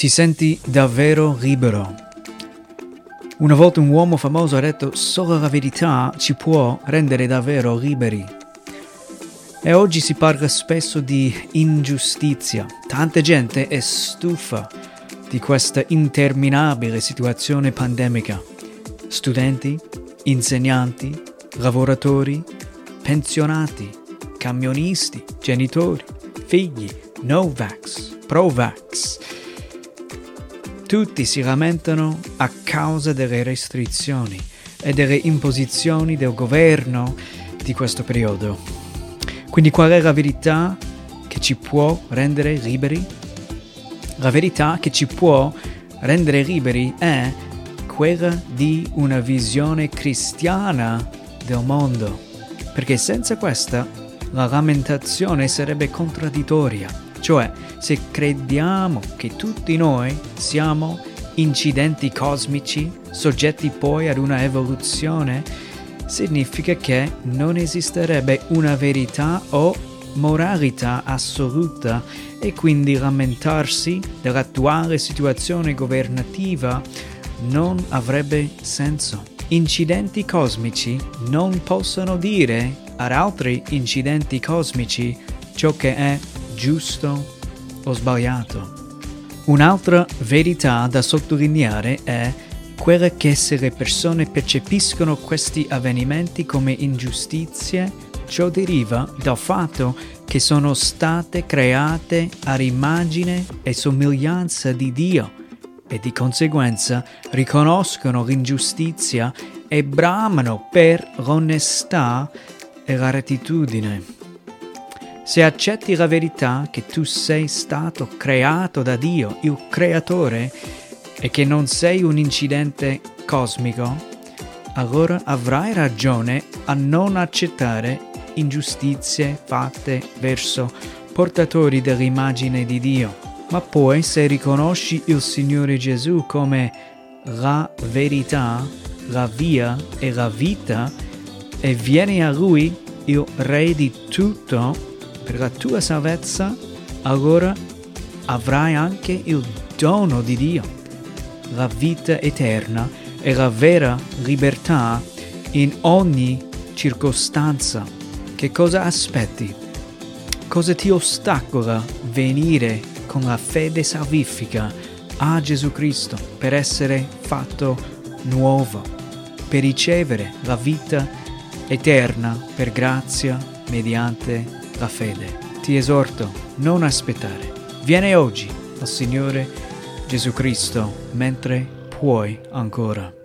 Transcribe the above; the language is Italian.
Ti senti davvero libero? Una volta un uomo famoso ha detto: solo la verità ci può rendere davvero liberi. E oggi si parla spesso di ingiustizia. Tanta gente è stufa di questa interminabile situazione pandemica. Studenti, insegnanti, lavoratori, pensionati, camionisti, genitori, figli, no-vax, pro-vax. Tutti si lamentano a causa delle restrizioni e delle imposizioni del governo di questo periodo. Quindi qual è la verità che ci può rendere liberi? La verità che ci può rendere liberi è quella di una visione cristiana del mondo, perché senza questa la lamentazione sarebbe contraddittoria. Cioè, se crediamo che tutti noi siamo incidenti cosmici, soggetti poi ad una evoluzione, significa che non esisterebbe una verità o moralità assoluta e quindi lamentarsi dell'attuale situazione governativa non avrebbe senso. Incidenti cosmici non possono dire ad altri incidenti cosmici ciò che è giusto o sbagliato. Un'altra verità da sottolineare è quella che se le persone percepiscono questi avvenimenti come ingiustizie, ciò deriva dal fatto che sono state create ad immagine e somiglianza di Dio e di conseguenza riconoscono l'ingiustizia e bramano per l'onestà e la rettitudine. Se accetti la verità che tu sei stato creato da Dio, il Creatore, e che non sei un incidente cosmico, allora avrai ragione a non accettare ingiustizie fatte verso portatori dell'immagine di Dio. Ma poi, se riconosci il Signore Gesù come la verità, la via e la vita, e vieni a Lui, il Re di tutto, per la tua salvezza, allora avrai anche il dono di Dio, la vita eterna e la vera libertà in ogni circostanza. Che cosa aspetti? Cosa ti ostacola venire con la fede salvifica a Gesù Cristo per essere fatto nuovo, per ricevere la vita eterna per grazia mediante la fede? Ti esorto, non aspettare. Vieni oggi al Signore Gesù Cristo mentre puoi ancora.